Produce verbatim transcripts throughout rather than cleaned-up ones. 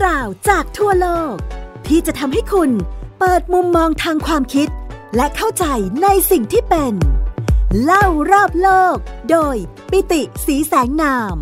ราวจากทั่วโลกที่จะทำให้คุณเปิดมุมมองทางความคิดและเข้าใจในสิ่งที่เป็นเล่ารอบโลกโดยปิติศรีแสงนาม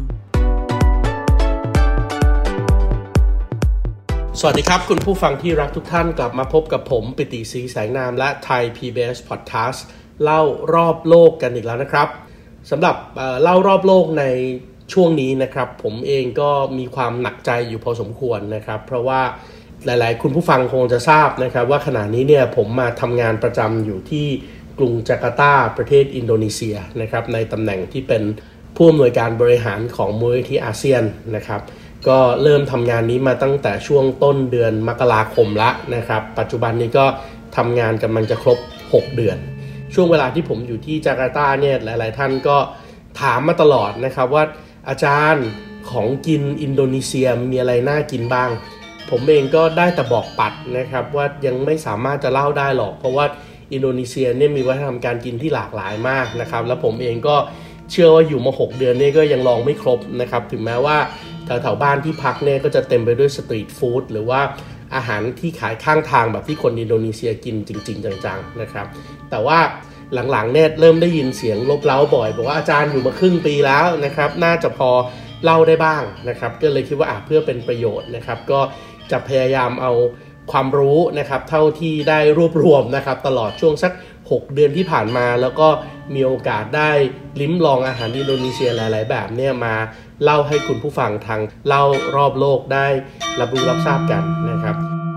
สวัสดีครับคุณผู้ฟังที่รักทุกท่านกลับมาพบกับผมปิติศรีแสงนามและไทย พี บี เอส Podcast เล่ารอบโลกกันอีกแล้วนะครับสำหรับเอ่อเล่ารอบโลกในช่วงนี้นะครับผมเองก็มีความหนักใจอยู่พอสมควรนะครับเพราะว่าหลายๆคุณผู้ฟังคงจะทราบนะครับว่าขณะนี้เนี่ยผมมาทำงานประจำอยู่ที่กรุงจาการ์ตาประเทศอินโดนีเซียนะครับในตำแหน่งที่เป็นผู้อำนวยการบริหารของมูลนิธิอาเซียนนะครับก็เริ่มทำงานนี้มาตั้งแต่ช่วงต้นเดือนมกราคมละนะครับปัจจุบันนี้ก็ทำงานกำลังจะครบหกเดือนช่วงเวลาที่ผมอยู่ที่จาการ์ตาเนี่ยหลายๆท่านก็ถามมาตลอดนะครับว่าอาจารย์ของกินอินโดนีเซียมีอะไรน่ากินบ้างผมเองก็ได้แต่บอกปัดนะครับว่ายังไม่สามารถจะเล่าได้หรอกเพราะว่าอินโดนีเซียเนี่ยมีวัฒนธรรมการกินที่หลากหลายมากนะครับแล้วผมเองก็เชื่อว่าอยู่มาหกเดือนนี่ก็ยังลองไม่ครบนะครับถึงแม้ว่าแถวๆบ้านที่พักเนี่ยก็จะเต็มไปด้วยสตรีทฟู้ดหรือว่าอาหารที่ขายข้างทางแบบที่คนอินโดนีเซียกินจริงๆจังๆนะครับแต่ว่าหลังๆเนี่ยเริ่มได้ยินเสียงลบเล้าบ่อยบอกว่าอาจารย์อยู่มาครึ่งปีแล้วนะครับน่าจะพอเล่าได้บ้างนะครับก็เลยคิดว่าอ่ะเพื่อเป็นประโยชน์นะครับก็จะพยายามเอาความรู้นะครับเท่าที่ได้รวบรวมนะครับตลอดช่วงสักหกเดือนที่ผ่านมาแล้วก็มีโอกาสได้ลิ้มลองอาหารอินโดนีเซียหลายๆแบบเนี่ยมาเล่าให้คุณผู้ฟังทางเล่ารอบโลกได้รับรู้รับทราบกันนะครับ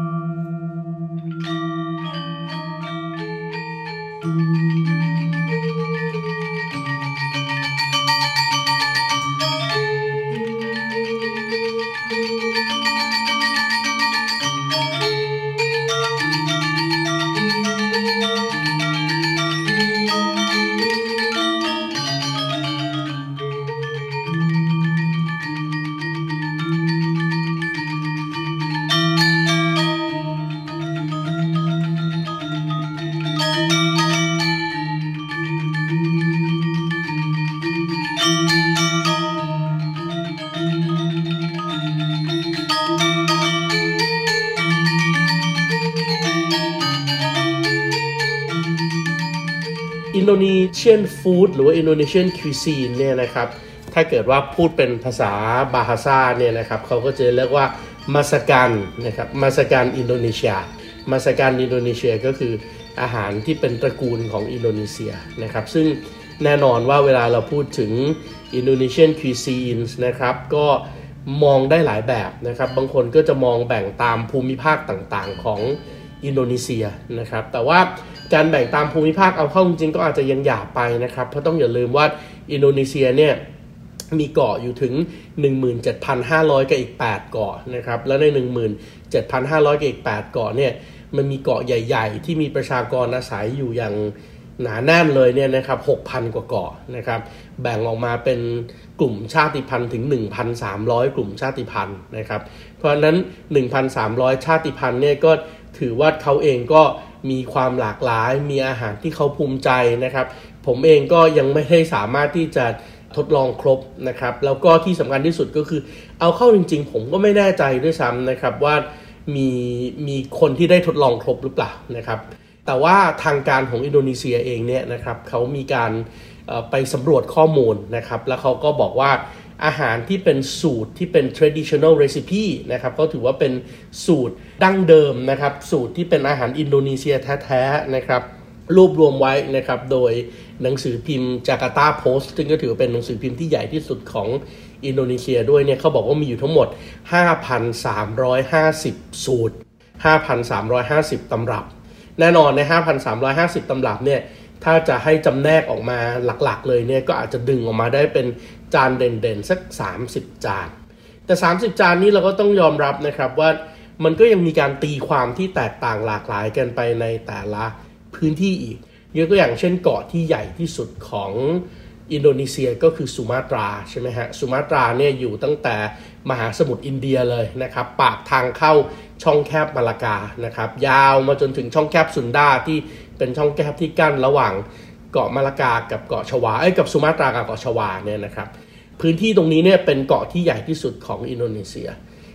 อินโดนีเซียนฟู้ดหรือว่าอินโดนีเซียนคุยซีนเนี่ยนะครับถ้าเกิดว่าพูดเป็นภาษาบาฮาซาเนี่ยนะครับเขาก็จะเรียกว่ามาสกันนะครับมาสกันอินโดนีเซียมาสกันอินโดนีเซียก็คืออาหารที่เป็นตระกูลของอินโดนีเซียนะครับซึ่งแน่นอนว่าเวลาเราพูดถึงอินโดนีเซียนคุยซีนนะครับก็มองได้หลายแบบนะครับบางคนก็จะมองแบ่งตามภูมิภาคต่างๆของอินโดนีเซียนะครับแต่ว่าการแบ่งตามภูมิภาคเอาเข้าจริงๆก็อาจจะยังหยาบไปนะครับเพราะต้องอย่าลืมว่าอินโดนีเซียเนี่ยมีเกาะอยู่ถึง หนึ่งหมื่นเจ็ดพันห้าร้อย กับอีกแปดเกาะนะครับแล้วใน หนึ่งหมื่นเจ็ดพันห้าร้อย กับอีกแปดเกาะเนี่ยมันมีเกาะใหญ่ๆที่มีประชากรอาศัยอยู่อย่างหนาแน่นเลยเนี่ยนะครับ หกพัน กว่าเกาะนะครับแบ่งออกมาเป็นกลุ่มชาติพันธุ์ถึง หนึ่งพันสามร้อย กลุ่มชาติพันธุ์นะครับเพราะฉะนั้น หนึ่งพันสามร้อย ชาติพันธุ์เนี่ยก็ถือว่าเขาเองก็มีความหลากหลายมีอาหารที่เขาภูมิใจนะครับผมเองก็ยังไม่ได้สามารถที่จะทดลองครบนะครับแล้วก็ที่สำคัญที่สุดก็คือเอาเข้าจริงๆผมก็ไม่แน่ใจด้วยซ้ำนะครับว่ามีมีคนที่ได้ทดลองครบหรือเปล่านะครับแต่ว่าทางการของอินโดนีเซียเองเนี่ยนะครับเขามีการไปสำรวจข้อมูลนะครับแล้วเขาก็บอกว่าอาหารที่เป็นสูตรที่เป็น traditional recipe นะครับก็ถือว่าเป็นสูตรดั้งเดิมนะครับสูตรที่เป็นอาหารอินโดนีเซียแท้ๆนะครับรวบรวมไว้นะครับโดยหนังสือพิมพ์จาการ์ตาโพสต์ซึ่งก็ถือเป็นหนังสือพิมพ์ที่ใหญ่ที่สุดของอินโดนีเซียด้วยเนี่ยเขาบอกว่ามีอยู่ทั้งหมด ห้าพันสามร้อยห้าสิบ สูตร ห้าพันสามร้อยห้าสิบ ตำรับแน่นอนใน ห้าพันสามร้อยห้าสิบ ตำรับเนี่ยถ้าจะให้จำแนกออกมาหลักๆเลยเนี่ยก็อาจจะดึงออกมาได้เป็นจานเด่นๆสักสามสิบจานแต่สามสิบจานนี้เราก็ต้องยอมรับนะครับว่ามันก็ยังมีการตีความที่แตกต่างหลากหลายกันไปในแต่ละพื้นที่อีกยกตัวอย่างเช่นเกาะที่ใหญ่ที่สุดของอินโดนีเซียก็คือสุมาตราใช่ไหมฮะสุมาตราเนี่ยอยู่ตั้งแต่มหาสมุทรอินเดียเลยนะครับปากทางเข้าช่องแคบมาลากานะครับยาวมาจนถึงช่องแคบสุนดาที่เป็นช่องแคบที่กั้นระหว่างเกาะมาลากากับเกาะชวาเอ้ยกับสุมาตรากับเกาะชวาเนี่ยนะครับพื้นที่ตรงนี้เนี่ยเป็นเกาะที่ใหญ่ที่สุดของอินโดนีเซีย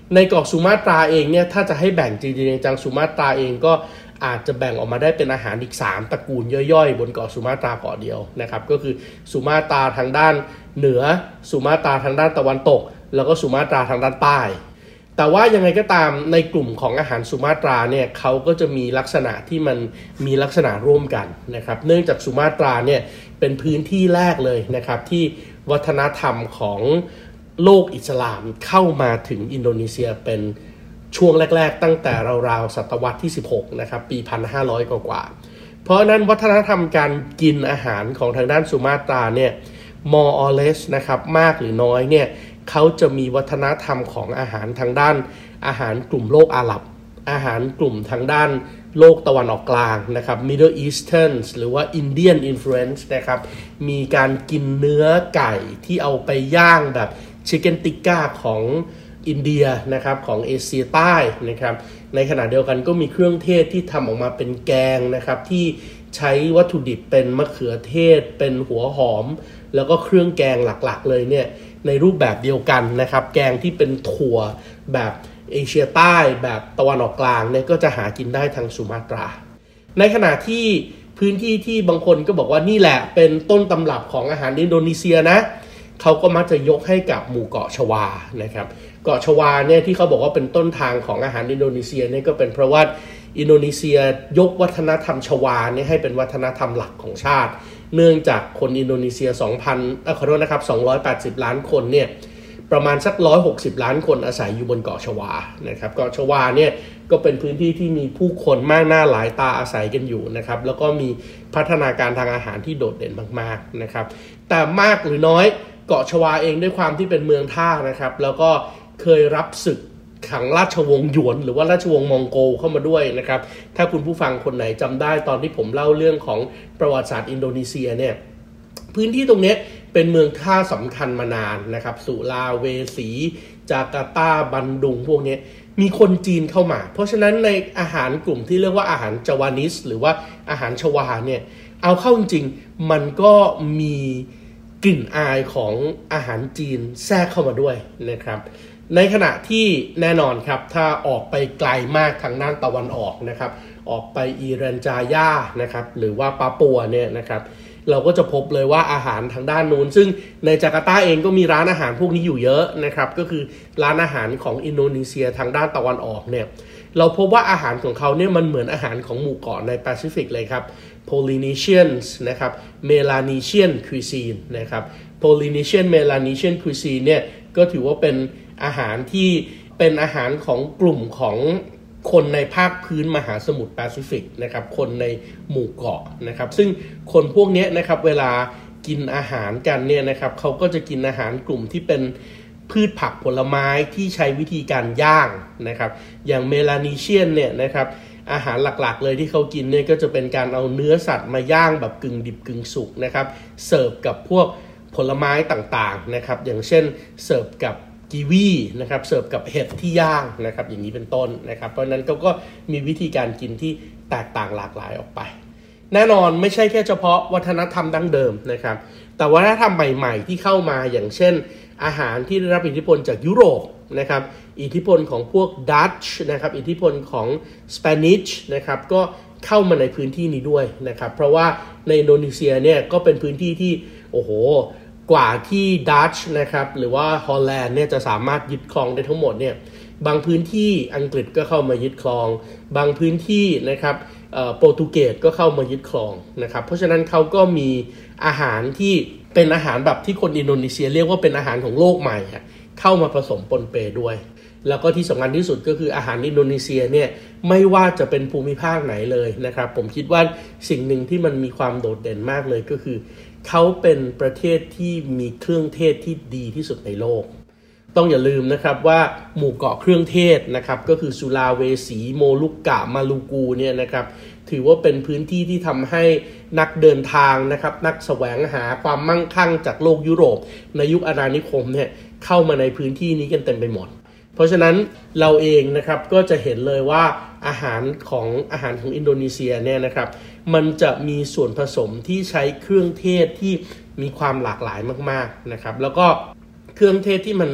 ในเกาะสุมาตราเองเนี่ยถ้าจะให้แบ่งจริงๆจังสุมาตราเองก็อาจจะแบ่งออกมาได้เป็นอาหารอีกสามตระกูลย่อยๆบนเกาะสุมาตราเกาะเดียวนะครับก็คือสุมาตราทางด้านเหนือสุมาตราทางด้านตะวันตกแล้วก็สุมาตราทางด้านใต้แต่ว่ายังไงก็ตามในกลุ่มของอาหารสุมาตราเนี่ยเขาก็จะมีลักษณะที่มันมีลักษณะร่วมกันนะครับเนื่องจากสุมาตราเนี่ยเป็นพื้นที่แรกเลยนะครับที่วัฒนธรรมของโลกอิสลามเข้ามาถึงอินโดนีเซียเป็นช่วงแรกๆตั้งแต่ราวๆศตวรรษที่สิบหกนะครับปีหนึ่งพันห้าร้อยกว่าๆเพราะนั้นวัฒนธรรมการกินอาหารของทางด้านสุมาตราเนี่ย more or less นะครับมากหรือน้อยเนี่ยเขาจะมีวัฒนธรรมของอาหารทางด้านอาหารกลุ่มโลกอาหรับอาหารกลุ่มทางด้านโลกตะวันออกกลางนะครับ Middle Eastern หรือว่า Indian influence นะครับมีการกินเนื้อไก่ที่เอาไปย่างแบบ Chicken Tikka ของอินเดียนะครับของเอเชียใต้นะครับในขณะเดียวกันก็มีเครื่องเทศที่ทำออกมาเป็นแกงนะครับที่ใช้วัตถุดิบเป็นมะเขือเทศเป็นหัวหอมแล้วก็เครื่องแกงหลักๆเลยเนี่ยในรูปแบบเดียวกันนะครับแกงที่เป็นถั่วแบบเอเชียใต้แบบตะวันออกกลางเนี่ยก็จะหากินได้ทางสุมาตราในขณะที่พื้นที่ที่บางคนก็บอกว่านี่แหละเป็นต้นตำรับของอาหารอินโดนีเซียนะเขาก็มักจะยกให้กับหมู่เกาะชวานะครับเกาะชวาเนี่ยที่เขาบอกว่าเป็นต้นทางของอาหารอินโดนีเซียเนี่ยก็เป็นเพราะว่าอินโดนีเซียยกวัฒนธรรมชวาเนี่ยให้เป็นวัฒนธรรมหลักของชาติเนื่องจากคนอินโดนีเซีย สองพัน เอ่อขอโทษนะครับสองร้อยแปดสิบล้านคนเนี่ยประมาณสักหนึ่งร้อยหกสิบล้านคนอาศัยอยู่บนเกาะชวานะครับเกาะชวาเนี่ยก็เป็นพื้นที่ที่มีผู้คนมากหน้าหลายตาอาศัยกันอยู่นะครับแล้วก็มีพัฒนาการทางอาหารที่โดดเด่นมากๆนะครับแต่มากหรือน้อยเกาะชวาเองด้วยความที่เป็นเมืองท่านะครับแล้วก็เคยรับศึกขังราชวงศ์หยวนหรือว่าราชวงศ์มองโกลเข้ามาด้วยนะครับถ้าคุณผู้ฟังคนไหนจำได้ตอนที่ผมเล่าเรื่องของประวัติศาสตร์อินโดนีเซียเนี่ยพื้นที่ตรงนี้เป็นเมืองท่าสำคัญมานานนะครับสุลาเวสีจาการ์ตาบันดุงพวกนี้มีคนจีนเข้ามาเพราะฉะนั้นในอาหารกลุ่มที่เรียกว่าอาหารจาวานิสหรือว่าอาหารชวาเนี่ยเอาเข้าจริงๆมันก็มีกลิ่นอายของอาหารจีนแทรกเข้ามาด้วยนะครับในขณะที่แน่นอนครับถ้าออกไปไกลมากทางด้านตะวันออกนะครับออกไปอิรัญจายานะครับหรือว่าปาปัวเนี่ยนะครับเราก็จะพบเลยว่าอาหารทางด้านนู้นซึ่งในจาการ์ตาเองก็มีร้านอาหารพวกนี้อยู่เยอะนะครับก็คือร้านอาหารของอินโดนีเซียทางด้านตะวันออกเนี่ยเราพบว่าอาหารของเขาเนี่ยมันเหมือนอาหารของหมู่เกาะในแปซิฟิกเลยครับ Polynesians นะครับ Melanesian cuisine นะครับ Polynesian Melanesian cuisine เนี่ยก็ถือว่าเป็นอาหารที่เป็นอาหารของกลุ่มของคนในภาคพื้นมหาสมุทรแปซิฟิกนะครับคนในหมู่เกาะนะครับซึ่งคนพวกนี้นะครับเวลากินอาหารกันเนี่ยนะครับเขาก็จะกินอาหารกลุ่มที่เป็นพืชผักผลไม้ที่ใช้วิธีการย่างนะครับอย่างเมลานีเชียนเนี่ยนะครับอาหารหลักๆเลยที่เขากินเนี่ยก็จะเป็นการเอาเนื้อสัตว์มาย่างแบบกึ่งดิบกึ่งสุกนะครับเสิร์ฟกับพวกผลไม้ต่างๆนะครับอย่างเช่นเสิร์ฟกับกีวีนะครับเสิร์ฟกับเห็ดที่ย่างนะครับอย่างนี้เป็นต้นนะครับเพราะนั้นเขาก็มีวิธีการกินที่แตกต่างหลากหลายออกไปแน่นอนไม่ใช่แค่เฉพาะวัฒนธรรมดั้งเดิมนะครับแต่วัฒนธรรมใหม่ๆที่เข้ามาอย่างเช่นอาหารที่ได้รับอิทธิพลจากยุโรปนะครับอิทธิพลของพวกดัตช์นะครับอิทธิพลของสเปนิชนะครับก็เข้ามาในพื้นที่นี้ด้วยนะครับเพราะว่าในอินโดนีเซียเนี่ยก็เป็นพื้นที่ที่โอ้โหกว่าที่ดัตช์นะครับหรือว่าฮอลแลนด์เนี่ยจะสามารถยึดครองได้ทั้งหมดเนี่ยบางพื้นที่อังกฤษก็เข้ามายึดครองบางพื้นที่นะครับโปรตุเกสก็เข้ามายึดครองนะครับเพราะฉะนั้นเขาก็มีอาหารที่เป็นอาหารแบบที่คนอินโดนีเซียเรียกว่าเป็นอาหารของโลกใหม่เข้ามาผสมปนเปด้วยแล้วก็ที่สำคัญที่สุดก็คืออาหารอินโดนีเซียเนี่ยไม่ว่าจะเป็นภูมิภาคไหนเลยนะครับผมคิดว่าสิ่งหนึ่งที่มันมีความโดดเด่นมากเลยก็คือเขาเป็นประเทศที่มีเครื่องเทศที่ดีที่สุดในโลกต้องอย่าลืมนะครับว่าหมู่เกาะเครื่องเทศนะครับก็คือสุลาเวสีโมลุกกะมาลูกูเนี่ยนะครับถือว่าเป็นพื้นที่ที่ทำให้นักเดินทางนะครับนักแสวงหาความมั่งคั่งจากโลกยุโรปในยุคอาณานิคมเนี่ยเข้ามาในพื้นที่นี้กันเต็มไปหมดเพราะฉะนั้นเราเองนะครับก็จะเห็นเลยว่าอาหารของอาหารของอินโดนีเซียเนี่ยนะครับมันจะมีส่วนผสมที่ใช้เครื่องเทศที่มีความหลากหลายมากๆนะครับแล้วก็เครื่องเทศที่มัน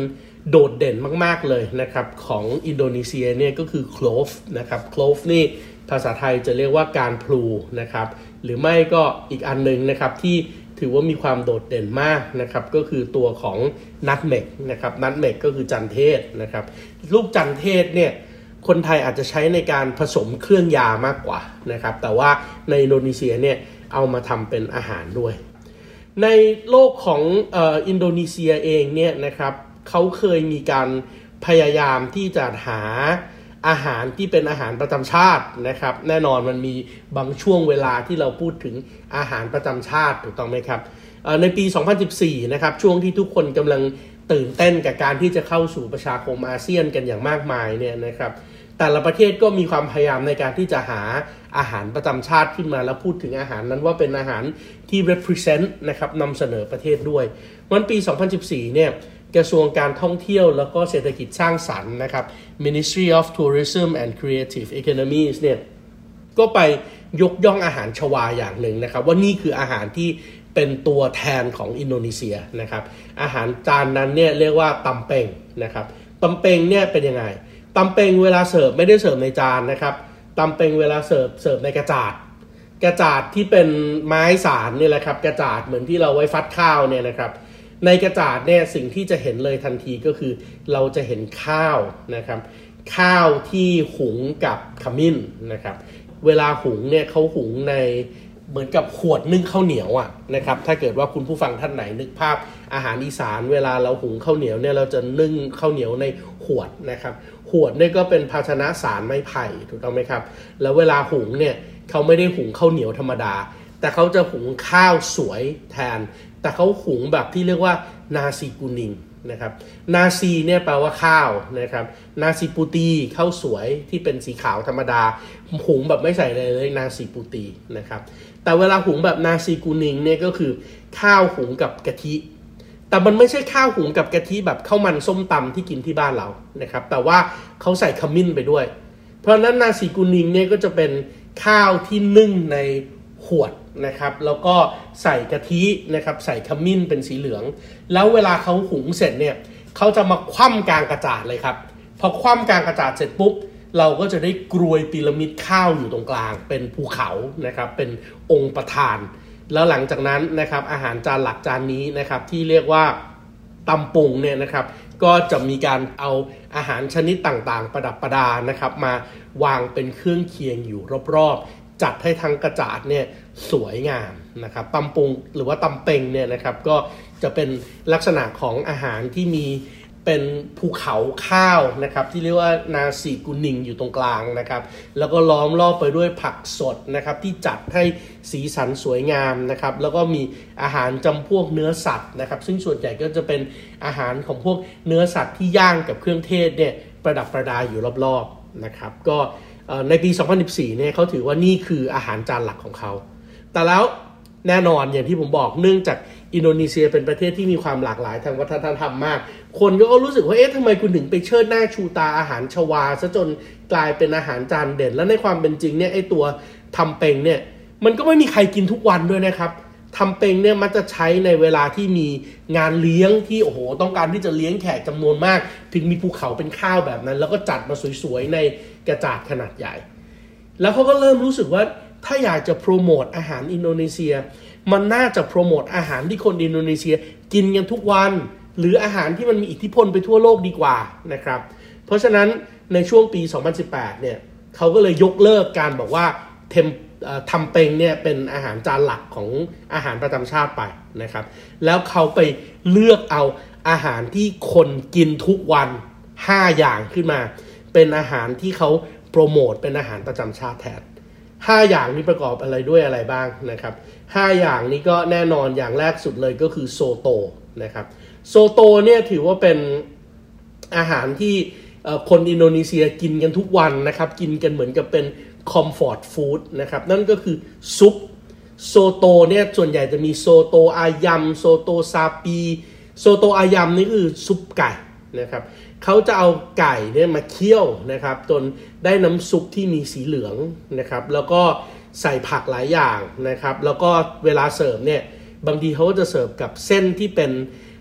โดดเด่นมากๆเลยนะครับของอินโดนีเซียเนี่ยก็คือโคลฟนะครับโคลฟนี่ภาษาไทยจะเรียกว่าการพลูนะครับหรือไม่ก็อีกอันนึงนะครับที่ถือว่ามีความโดดเด่นมากนะครับก็คือตัวของนัทเมกนะครับนัทเมกก็คือจันเทศนะครับลูกจันเทศเนี่ยคนไทยอาจจะใช้ในการผสมเครื่องยามากกว่านะครับแต่ว่าในอินโดนีเซียเนี่ยเอามาทำเป็นอาหารด้วยในโลกของเอ่ออินโดนีเซียเองเนี่ยนะครับเขาเคยมีการพยายามที่จะหาอาหารที่เป็นอาหารประจำชาตินะครับแน่นอนมันมีบางช่วงเวลาที่เราพูดถึงอาหารประจำชาติถูกต้องไหมครับในปีสองพันสิบสี่นะครับช่วงที่ทุกคนกำลังตื่นเต้นกับการที่จะเข้าสู่ประชาคมอาเซียนกันอย่างมากมายเนี่ยนะครับแต่ละประเทศก็มีความพยายามในการที่จะหาอาหารประจำชาติขึ้นมาแล้วพูดถึงอาหารนั้นว่าเป็นอาหารที่ represent นะครับนำเสนอประเทศด้วยวันปีสองพันสิบสี่เนี่ยกระทรวงการท่องเที่ยวแล้วก็เศรษฐกิจสร้างสรรค์นะครับ Ministry of Tourism and Creative Economies เนี่ยก็ไปยกย่องอาหารชวาอย่างหนึ่งนะครับว่านี่คืออาหารที่เป็นตัวแทนของอินโดนีเซียนะครับอาหารจานนั้นเนี่ยเรียกว่าตำเปงนะครับตำเปงเนี่ยเป็นยังไงตำเปงเวลาเสิร์ฟไม่ได้เสิร์ฟในจานนะครับตำเปงเวลาเสิร์ฟเสิร์ฟในกระจาดกระจาดที่เป็นไม้สารเนี่ยแหละครับกระจาดเหมือนที่เราไว้ฟัดข้าวเนี่ยนะครับในกระจาดเนี่ยสิ่งที่จะเห็นเลยทันทีก็คือเราจะเห็นข้าวนะครับข้าวที่หุงกับขมิ้นนะครับเวลาหุงเนี่ยเขาหุงในเหมือนกับขวดนึ่งข้าวเหนียวอ่ะนะครับถ้าเกิดว่าคุณผู้ฟังท่านไหนนึกภาพอาหารอีสานเวลาเราหุงข้าวเหนียวเนี่ยเราจะนึ่งข้าวเหนียวในขวดนะครับขวดเนี่ยก็เป็นภาชนะสารไม้ไผ่ถูกต้องไหมครับแล้วเวลาหุงเนี่ยเขาไม่ได้หุงข้าวเหนียวธรรมดาแต่เขาจะหุงข้าวสวยแทนแต่เขาหุงแบบที่เรียกว่านาซีกุนิงนะครับนาซีเนี่ยแปลว่าข้าวนะครับนาซีปูตีข้าวสวยที่เป็นสีขาวธรรมดาหุงแบบไม่ใส่อะไรเลยนาซีปูตีนะครับแต่เวลาหุงแบบนาซีกุนิงเนี่ยก็คือข้าวหุงกับกะทิแต่มันไม่ใช่ข้าวหุงกับกะทิแบบข้าวมันส้มตำที่กินที่บ้านเรานะครับแต่ว่าเขาใส่ขมิ้นไปด้วยเพราะนั้นนาซีกุนิงเนี่ยก็จะเป็นข้าวที่นึ่งในขวดนะครับแล้วก็ใส่กะทินะครับใส่ขมิ้นเป็นสีเหลืองแล้วเวลาเขาหุงเสร็จเนี่ยเขาจะมาคว่ำกลางกระจาดเลยครับพอคว่ำกลางกระจาดเสร็จปุ๊บเราก็จะได้กรวยพีระมิดข้าวอยู่ตรงกลางเป็นภูเขานะครับเป็นองค์ประธานแล้วหลังจากนั้นนะครับอาหารจานหลักจานนี้นะครับที่เรียกว่าตำปุงเนี่ยนะครับก็จะมีการเอาอาหารชนิดต่างๆประดับประดานะครับมาวางเป็นเครื่องเคียงอยู่รอบๆจัดให้ทั้งกระจาดเนี่ยสวยงามนะครับตำปุงหรือว่าตำเปงเนี่ยนะครับก็จะเป็นลักษณะของอาหารที่มีเป็นภูเขาข้าวนะครับที่เรียกว่านาซีกุนิงอยู่ตรงกลางนะครับแล้วก็ล้อมรอบไปด้วยผักสดนะครับที่จัดให้สีสันสวยงามนะครับแล้วก็มีอาหารจำพวกเนื้อสัตว์นะครับซึ่งส่วนใหญ่ก็จะเป็นอาหารของพวกเนื้อสัตว์ที่ย่างกับเครื่องเทศเนี่ยประดับประดาอยู่รอบๆนะครับก็ในปีสองพันสิบสี่เนี่ยเขาถือว่านี่คืออาหารจานหลักของเขาแต่แล้วแน่นอนอย่างที่ผมบอกเนื่องจากอินโดนีเซียเป็นประเทศที่มีความหลากหลายทางวัฒนธรรมมากคนก็รู้สึกว่าเอ๊ะทำไมคุณถึงไปเชิดหน้าชูตาอาหารชวาซะจนกลายเป็นอาหารจานเด่นและในความเป็นจริงเนี่ยไอ้ตัวทำเป็งเนี่ยมันก็ไม่มีใครกินทุกวันด้วยนะครับทำเป็งเนี่ยมันจะใช้ในเวลาที่มีงานเลี้ยงที่โอ้โหต้องการที่จะเลี้ยงแขกจำนวนมากถึงมีภูเขาเป็นข้าวแบบนั้นแล้วก็จัดมาสวยๆในกระจาดขนาดใหญ่แล้วเขาก็เริ่มรู้สึกว่าถ้าอยากจะโปรโมทอาหารอินโดนีเซียมันน่าจะโปรโมทอาหารที่คนอินโดนีเซียกินกันทุกวันหรืออาหารที่มันมีอิทธิพลไปทั่วโลกดีกว่านะครับเพราะฉะนั้นในช่วงปีสองพันสิบแปดเนี่ยเขาก็เลยยกเลิกการบอกว่าเทมทำเป็งเนี่ยเป็นอาหารจานหลักของอาหารประจำชาติไปนะครับแล้วเขาไปเลือกเอาอาหารที่คนกินทุกวันห้าอย่างขึ้นมาเป็นอาหารที่เขาโปรโมทเป็นอาหารประจำชาติแทนห้าอย่างนี้ประกอบอะไรด้วยอะไรบ้างนะครับห้าอย่างนี้ก็แน่นอนอย่างแรกสุดเลยก็คือโซโตนะครับโซโตเนี่ยถือว่าเป็นอาหารที่คนอินโดนีเซียกินกันทุกวันนะครับกินกันเหมือนกับเป็นคอมฟอร์ตฟู้ดนะครับนั่นก็คือซุปโซโตเนี่ยส่วนใหญ่จะมีโซโตอายำโซโตซาปีโซโตอายำนี่คือซุปไก่นะครับเขาจะเอาไก่เนี่ยมาเคี่ยวนะครับจนได้น้ำซุปที่มีสีเหลืองนะครับแล้วก็ใส่ผักหลายอย่างนะครับแล้วก็เวลาเสิร์ฟเนี่ยบางทีเขาจะเสิร์ฟกับเส้นที่เป็น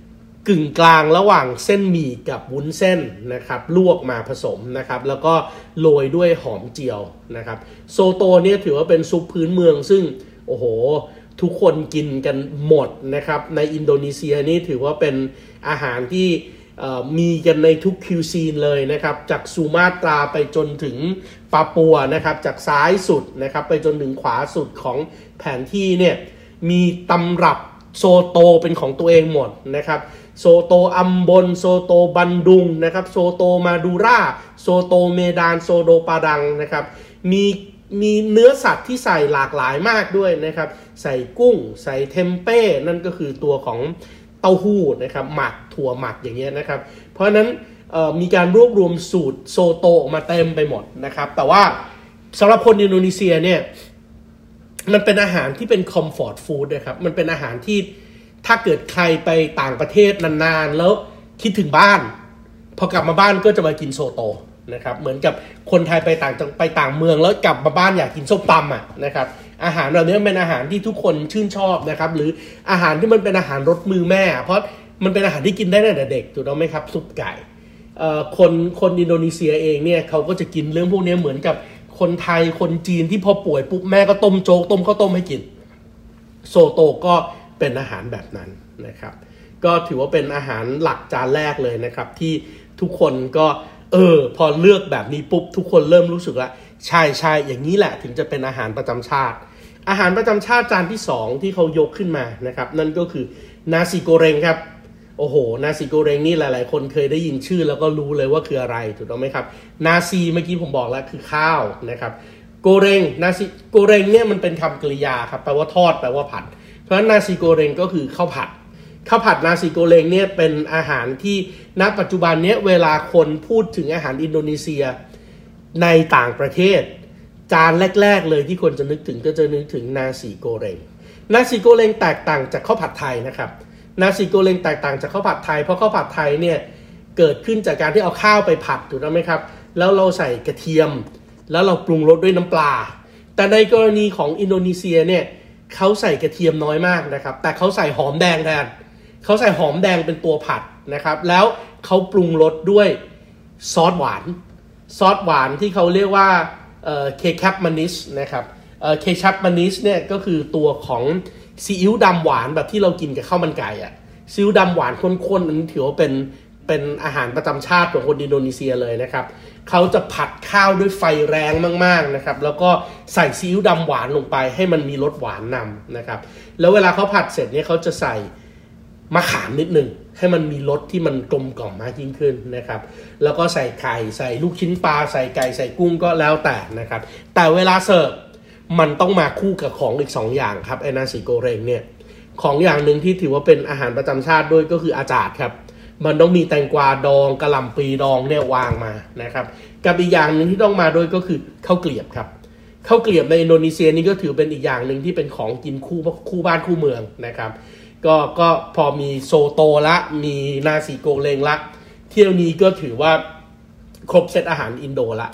กึ่งกลางระหว่างเส้นหมี่กับวุ้นเส้นนะครับลวกมาผสมนะครับแล้วก็โรยด้วยหอมเจียวนะครับโซโตเนี่ยถือว่าเป็นซุปพื้นเมืองซึ่งโอ้โหทุกคนกินกันหมดนะครับในอินโดนีเซียนี่ถือว่าเป็นอาหารที่มีกันในทุกคิวซีนเลยนะครับจากซูมาตราไปจนถึงปาปัวนะครับจากซ้ายสุดนะครับไปจนถึงขวาสุดของแผนที่เนี่ยมีตำรับโซโตเป็นของตัวเองหมดนะครับโซโตอัมบนโซโตบันดุงนะครับโซโตมาดูราโซโตเมดานโซโดปาดังนะครับมีมีเนื้อสัตว์ที่ใส่หลากหลายมากด้วยนะครับใส่กุ้งใส่เทมเป้นั่นก็คือตัวของเต้าหู้นะครับหมักถั่วหมักอย่างเงี้ยนะครับเพราะฉะนั้นมีการรวบรวมสูตรโซโตออกมาเต็มไปหมดนะครับแต่ว่าสำหรับคนอินโดนีเซียเนี่ยมันเป็นอาหารที่เป็นคอมฟอร์ตฟู้ดนะครับมันเป็นอาหารที่ถ้าเกิดใครไปต่างประเทศนานๆแล้วคิดถึงบ้านพอกลับมาบ้านก็จะมากินโซโตนะครับเหมือนกับคนไทยไปต่างไปต่างเมืองแล้วกลับมาบ้านอยากกินส้มตำอ่ะนะครับอาหารเหล่านี้เป็นอาหารที่ทุกคนชื่นชอบนะครับหรืออาหารที่มันเป็นอาหารรสมือแม่เพราะมันเป็นอาหารที่กินได้ตั้งแต่เด็กถูกต้องไหมครับซุปไก่คนคนอินโดนีเซียเองเนี่ยเขาก็จะกินเรื่องพวกนี้เหมือนกับคนไทยคนจีนที่พอป่วยปุ๊บแม่ก็ต้มโจ๊กต้มข้าวต้มให้กินโซโตก็เป็นอาหารแบบนั้นนะครับก็ถือว่าเป็นอาหารหลักจานแรกเลยนะครับที่ทุกคนก็เออพอเลือกแบบนี้ปุ๊บทุกคนเริ่มรู้สึกแล้วใช่ใช่อย่างนี้แหละถึงจะเป็นอาหารประจำชาติอาหารประจำชาติจานที่สองที่เขายกขึ้นมานะครับนั่นก็คือนาซิโกเรงครับโอ้โหนาซิโกเรงนี่หลายๆคนเคยได้ยินชื่อแล้วก็รู้เลยว่าคืออะไรถูกต้องไหมครับนาซีเมื่อกี้ผมบอกแล้วคือข้าวนะครับโกเรงนาซิโกเรงเนี่ยมันเป็นคำกริยาครับแปลว่าทอดแปลว่าผัดเพราะฉะนั้นนาซิโกเรงก็คือข้าวผัดข้าวผัดนาซิโกเรงเนี่ยเป็นอาหารที่ณปัจจุบันเนี้ยเวลาคนพูดถึงอาหารอินโดนีเซียในต่างประเทศจานแรกๆเลยที่คนจะนึกถึงก็จะนึกถึงนาซิโกเรงนาซิโกเรงแตกต่างจากข้าวผัดไทยนะครับนาซิโกเรงแตกต่างจากข้าวผัดไทยเพราะข้าวผัดไทยเนี่ยเกิดขึ้นจากการที่เอาข้าวไปผัดถูกต้องไหมครับแล้วเราใส่กระเทียมแล้วเราปรุงรสด้วยน้ำปลาแต่ในกรณีของอินโดนีเซียเนี่ยเขาใส่กระเทียมน้อยมากนะครับแต่เขาใส่หอมแดงแทนเขาใส่หอมแดงเป็นตัวผัดนะครับแล้วเขาปรุงรสด้วยซอสหวานซอสหวานที่เขาเรียกว่าเอ่อเคชัปมานิสนะครับเอ่อเคชัปมานิสเนี่ยก็คือตัวของซีอิ๊วดำหวานแบบที่เรากินกับข้าวมันไก่อ่ะซีอิ๊วดำหวานข้นๆอันนี้ถือว่าเป็นเป็นอาหารประจำชาติของคนอินโดนีเซียเลยนะครับเขาจะผัดข้าวด้วยไฟแรงมากๆนะครับแล้วก็ใส่ซีอิ๊วดำหวานลงไปให้มันมีรสหวานนำนะครับแล้วเวลาเขาผัดเสร็จเนี่ยเขาจะใส่มะขามนิดนึงให้มันมีรสที่มันกลมกล่อมมากยิ่งขึ้นนะครับแล้วก็ใส่ไข่ใส่ลูกชิ้นปลาใส่ไก่ใส่กุ้งก็แล้วแต่นะครับแต่เวลาเสิร์ฟมันต้องมาคู่กับของอีกสองอย่างครับไอ้นาซิโกเรงเนี่ยของอย่างหนึ่งที่ถือว่าเป็นอาหารประจำชาติด้วยก็คืออาจาดครับมันต้องมีแตงกวาดองกะหล่ำปลีดองเนี่ยวางมานะครับกับอีกอย่างหนึ่งที่ต้องมาด้วยก็คือข้าวเกลียบครับข้าวเกลียบในอินโดนีเซียนี่ก็ถือเป็นอีกอย่างหนึ่งที่เป็นของกินคู่คู่บ้านคู่เมืองนะครับก็ก็พอมีโซโตละมีนาซิโกเรงละเที่ยวนี้ก็ถือว่าครบเซตอาหารอินโดละ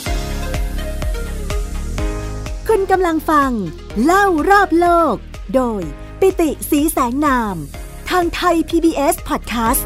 คุณกำลังฟังเล่ารอบโลกโดยปิติศรีแสงนามทางไทย พี บี เอส Podcast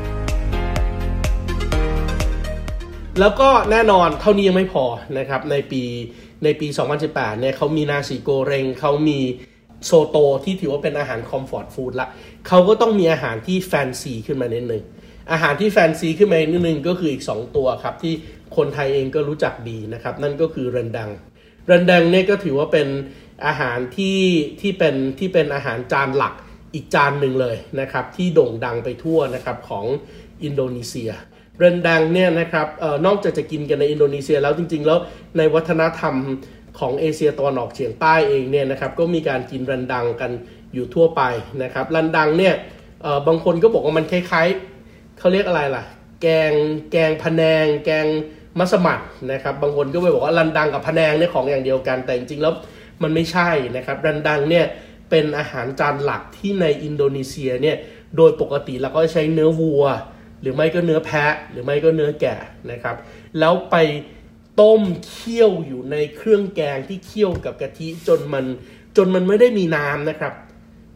แล้วก็แน่นอนเท่านี้ยังไม่พอนะครับในปีในปีสองพันสิบแปดเนี่ยเขามีนาซิโกเรงเขามีโซโตที่ถือว่าเป็นอาหารคอมฟอร์ตฟู้ดละเขาก็ต้องมีอาหารที่แฟนซีขึ้นมานิดนึงอาหารที่แฟนซีขึ้นมานิดนึงก็คืออีกสองตัวครับที่คนไทยเองก็รู้จักดีนะครับนั่นก็คือเรนดังเรนดังเนี่ยก็ถือว่าเป็นอาหารที่ที่เป็นที่เป็นอาหารจานหลักอีกจานหนึ่งเลยนะครับที่โด่งดังไปทั่วนะครับของอินโดนีเซียเรนดังเนี่ยนะครับเอ่อนอกจากจะกินกันในอินโดนีเซียแล้วจริงๆแล้วในวัฒนธรรมของเอเชียตะวันออกเฉียงใต้เองเนี่ยนะครับก็มีการกินเรนดังกันอยู่ทั่วไปนะครับเรนดังเนี่ยเอ่อบางคนก็บอกว่ามันคล้ายๆเขาเรียกอะไรล่ะแกงแกงพะแนงแกงมัสมั่นนะครับบางคนก็ไปบอกว่าเรนดังกับพะแนงเนี่ยของอย่างเดียวกันแต่จริงๆแล้วมันไม่ใช่นะครับเรนดังเนี่ยเป็นอาหารจานหลักที่ในอินโดนีเซียเนี่ยโดยปกติเราก็ใช้เนื้อวัวหรือไม่ก็เนื้อแพะหรือไม่ก็เนื้อแกะนะครับแล้วไปต้มเคี่ยวอยู่ในเครื่องแกงที่เคี่ยวกับกะทิจนมันจนมันไม่ได้มีน้ำนะครับ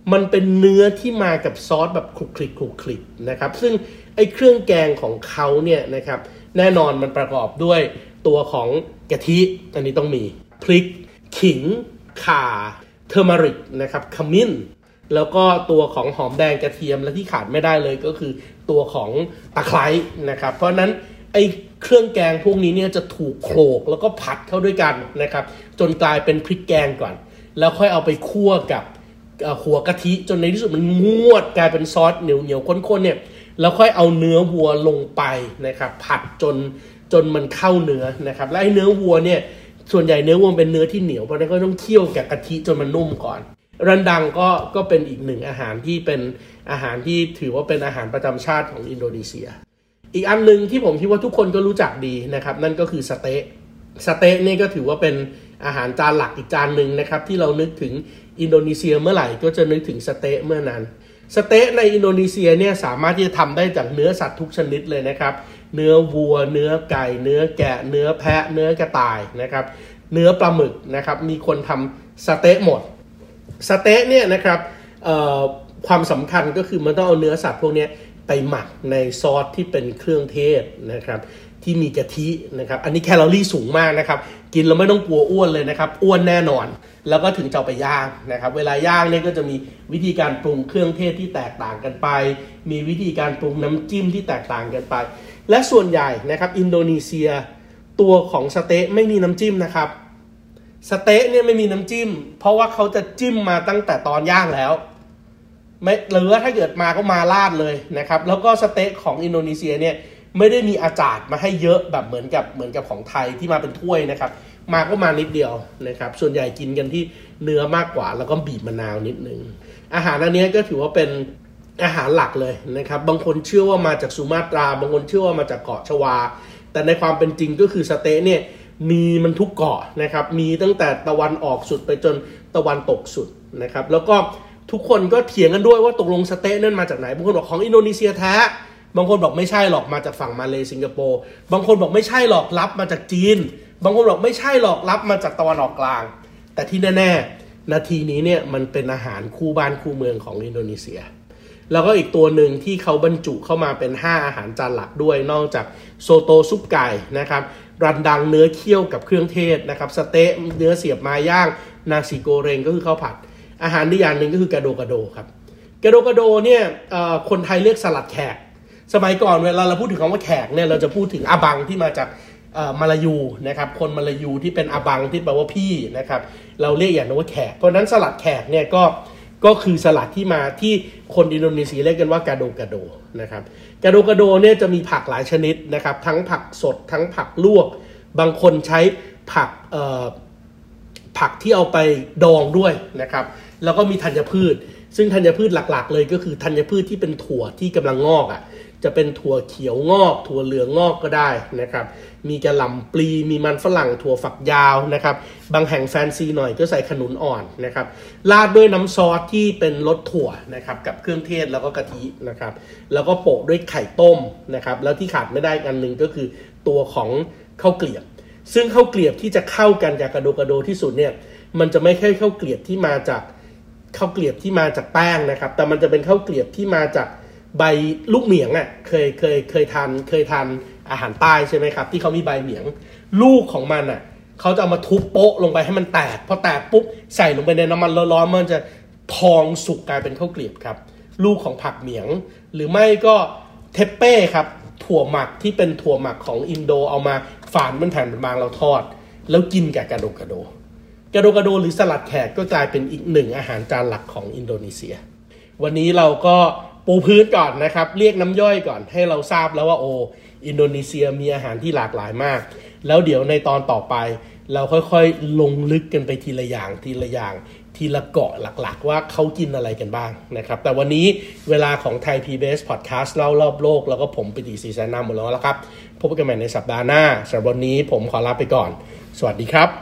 มันเป็นเนื้อที่มากับซอสแบบคลุกคลิกคลุกคลิกนะครับซึ่งไอ้เครื่องแกงของเขาเนี่ยนะครับแน่นอนมันประกอบด้วยตัวของกะทิอันนี้ต้องมีพริกขิงข่าเทอร์มาริกนะครับขมิ้นแล้วก็ตัวของหอมแดงกระเทียมและที่ขาดไม่ได้เลยก็คือตัวของตะไคร้นะครับเพราะนั้นไอ้เครื่องแกงพวกนี้เนี่ยจะถูกโขลกแล้วก็ผัดเข้าด้วยกันนะครับจนกลายเป็นพริกแกงก่อนแล้วค่อยเอาไปคั่วกับหัวกะทิจนในที่สุดมันงวดกลายเป็นซอสเหนียวเหนียวข้นๆเนี่ยแล้วค่อยเอาเนื้อวัวลงไปนะครับผัดจนจนมันเข้าเนื้อนะครับและไอ้เนื้อวัวเนี่ยส่วนใหญ่เนื้อวัวเป็นเนื้อที่เหนียวเพราะนั้นก็ต้องเคี่ยวกับกะทิจนมันนุ่มก่อนรันดังก็ก็เป็นอีกหนึ่งอาหารที่เป็นอาหารที่ถือว่าเป็นอาหารประจำชาติของอินโดนีเซียอีกอันนึงที่ผมคิดว่าทุกคนก็รู้จักดีนะครับนั่นก็คือสเต๊ะสเต๊ะนี่ก็ถือว่าเป็นอาหารจานหลักอีกจานหนึ่งนะครับที่เรานึกถึงอินโดนีเซียเมื่อไหร่ก็จะนึกถึงสเต๊ะเมื่อนั้นสเต๊ะในอินโดนีเซียเนี่ยสามารถที่จะทำได้จากเนื้อสัตว์ทุกชนิดเลยนะครับเนื้อวัวเนื้อไก่เนื้อแกะเนื้อแพะเนื้อกระต่ายนะครับเนื้อปลาหมึกนะครับมีคนทำสเต๊ะหมดสเต๊ะเนี่ยนะครับความสำคัญก็คือมันต้องเอาเนื้อสัตว์พวกนี้ไปหมักในซอสที่เป็นเครื่องเทศนะครับที่มีกะทินะครับอันนี้แคลอรี่สูงมากนะครับกินแล้วไม่ต้องกลัวอ้วนเลยนะครับอ้วนแน่นอนแล้วก็ถึงจะเอาไปย่างนะครับเวลาย่างเนี่ยก็จะมีวิธีการปรุงเครื่องเทศที่แตกต่างกันไปมีวิธีการปรุงน้ำจิ้มที่แตกต่างกันไปและส่วนใหญ่นะครับอินโดนีเซียตัวของสเต๊ะไม่มีน้ำจิ้มนะครับสเต๊ะเนี่ยไม่มีน้ำจิ้มเพราะว่าเขาจะจิ้มมาตั้งแต่ตอนย่างแล้วไม่หรือว่าถ้าเกิดมาก็มาราดเลยนะครับแล้วก็สเต๊ะของอินโดนีเซียเนี่ยไม่ได้มีอาจารย์มาให้เยอะแบบเหมือนกับเหมือนกับของไทยที่มาเป็นถ้วยนะครับมาก็มานิดเดียวนะครับส่วนใหญ่กินกันที่เนื้อมากกว่าแล้วก็บีบมะนาวนิดนึงอาหารอันนี้ก็ถือว่าเป็นอาหารหลักเลยนะครับบางคนเชื่อว่ามาจากสุมาตราบางคนเชื่อว่ามาจากเกาะชวาแต่ในความเป็นจริงก็คือสเต๊ะเนี่ยมีมันทุกเกาะนะครับมีตั้งแต่ตะวันออกสุดไปจนตะวันตกสุดนะครับแล้วก็ทุกคนก็เถียงกันด้วยว่าตกลงสเต๊ะนั่นมาจากไหนบางคนบอกของอินโดนีเซียแท้บางคนบอกไม่ใช่หรอกมาจากฝั่งมาเลสิงคโปร์บางคนบอกไม่ใช่หรอกรับมาจากจีนบางคนบอกไม่ใช่หรอกรับมาจากตะวันออกกลางแต่ที่แน่ๆนาทีนี้เนี่ยมันเป็นอาหารคู่บ้านคู่เมืองของอินโดนีเซียแล้วก็อีกตัวหนึ่งที่เขาบรรจุเข้ามาเป็นห้าอาหารจานหลักด้วยนอกจากโซโตซุปไก่นะครับรันดังเนื้อเคี่ยวกับเครื่องเทศนะครับสเต๊ะเนื้อเสียบไม้ย่างนาซิโกเรงก็คือข้าวผัดอาหารอีกอย่างหนึ่งก็คือกาโดกาโดครับกาโดกาโดเนี่ยคนไทยเรียกสลัดแขกสมัยก่อนเวลาเราพูดถึงคำว่าแขกเนี่ยเราจะพูดถึงอาบังที่มาจากมาลายูนะครับคนมาลายูที่เป็นอาบังที่แปลว่าพี่นะครับเราเรียกอย่างนั้นว่าแขกเพราะนั้นสลัดแขกเนี่ยก็ก็คือสลัดที่มาที่คนอินโดนีเซียเรียกกันว่ากาโดกาโดนะครับกาโดกาโดเนี่ยจะมีผักหลายชนิดนะครับทั้งผักสดทั้งผักลวกบางคนใช้ผักเอ่อผักที่เอาไปดองด้วยนะครับแล้วก็มีธัญพืชซึ่งธัญพืชหลักๆเลยก็คือธัญพืชที่เป็นถั่วที่กำลังงอกอ่ะจะเป็นถั่วเขียวงอกถั่วเหลืองงอกก็ได้นะครับมีกระหล่ำปลีมีมันฝรั่งถั่วฝักยาวนะครับบางแห่งแฟนซีหน่อยก็ใส่ขนุนอ่อนนะครับราดด้วยน้ำซอสที่เป็นรสถั่วนะครับกับเครื่องเทศแล้วก็กะทินะครับแล้วก็โปะด้วยไข่ต้มนะครับแล้วที่ขาดไม่ได้อันนึงก็คือตัวของข้าวเกลียบซึ่งข้าวเกลียบที่จะเข้ากันกับกาโดกาโดที่สุดเนี่ยมันจะไม่ใช่ข้าวเกลียบที่มาจากข้าวเกลียบที่มาจากแป้งนะครับแต่มันจะเป็นข้าวเกลียบที่มาจากใบลูกเหมียงอ่ะเคยเคยเคยทานเคยทานอาหารใต้ใช่ไหมครับที่เขามีใบเหมียงลูกของมันอ่ะเขาจะเอามาทุบโป๊ะลงไปให้มันแตกพอแตกปุ๊บใส่ลงไปในน้ำมันร้อนๆมันจะพองสุกกลายเป็นข้าวเกลียบครับลูกของผักเหมียงหรือไม่ก็เทปเป้ครับถั่วหมักที่เป็นถั่วหมักของอินโดเอามาฝานเป็นแผ่นบางๆเราทอดแล้วกินกับกาโดกาโดกาโดกาโดหรือสลัดแขกก็กลายเป็นอีกหนึ่งอาหารจานหลักของอินโดนีเซียวันนี้เราก็ปูพื้นก่อนนะครับเรียกน้ำย่อยก่อนให้เราทราบแล้วว่าโออินโดนีเซียมีอาหารที่หลากหลายมากแล้วเดี๋ยวในตอนต่อไปเราค่อยๆลงลึกกันไปทีละอย่างทีละอย่างทีละเกาะหลักๆว่าเขากินอะไรกันบ้างนะครับแต่วันนี้เวลาของไทย พี บี เอส Podcast เล่ารอบโลกแล้วก็ผมปิติ ศรีแสนนามหมดแล้วแล้วครับพบกันใหม่ในสัปดาห์หน้าสำหรับวันนี้ผมขอลาไปก่อนสวัสดีครับ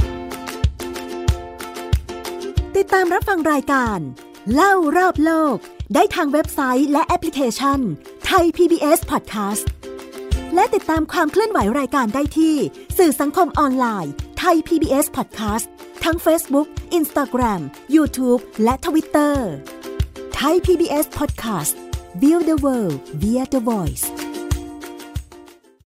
ติดตามรับฟังรายการเล่ารอบโลกได้ทางเว็บไซต์และแอปพลิเคชัน Thai พี บี เอส Podcast และติดตามความเคลื่อนไหวรายการได้ที่สื่อสังคมออนไลน์ Thai พี บี เอส Podcast ทั้ง Facebook, Instagram, YouTube และ Twitter Thai พี บี เอส Podcast View the World via the Voice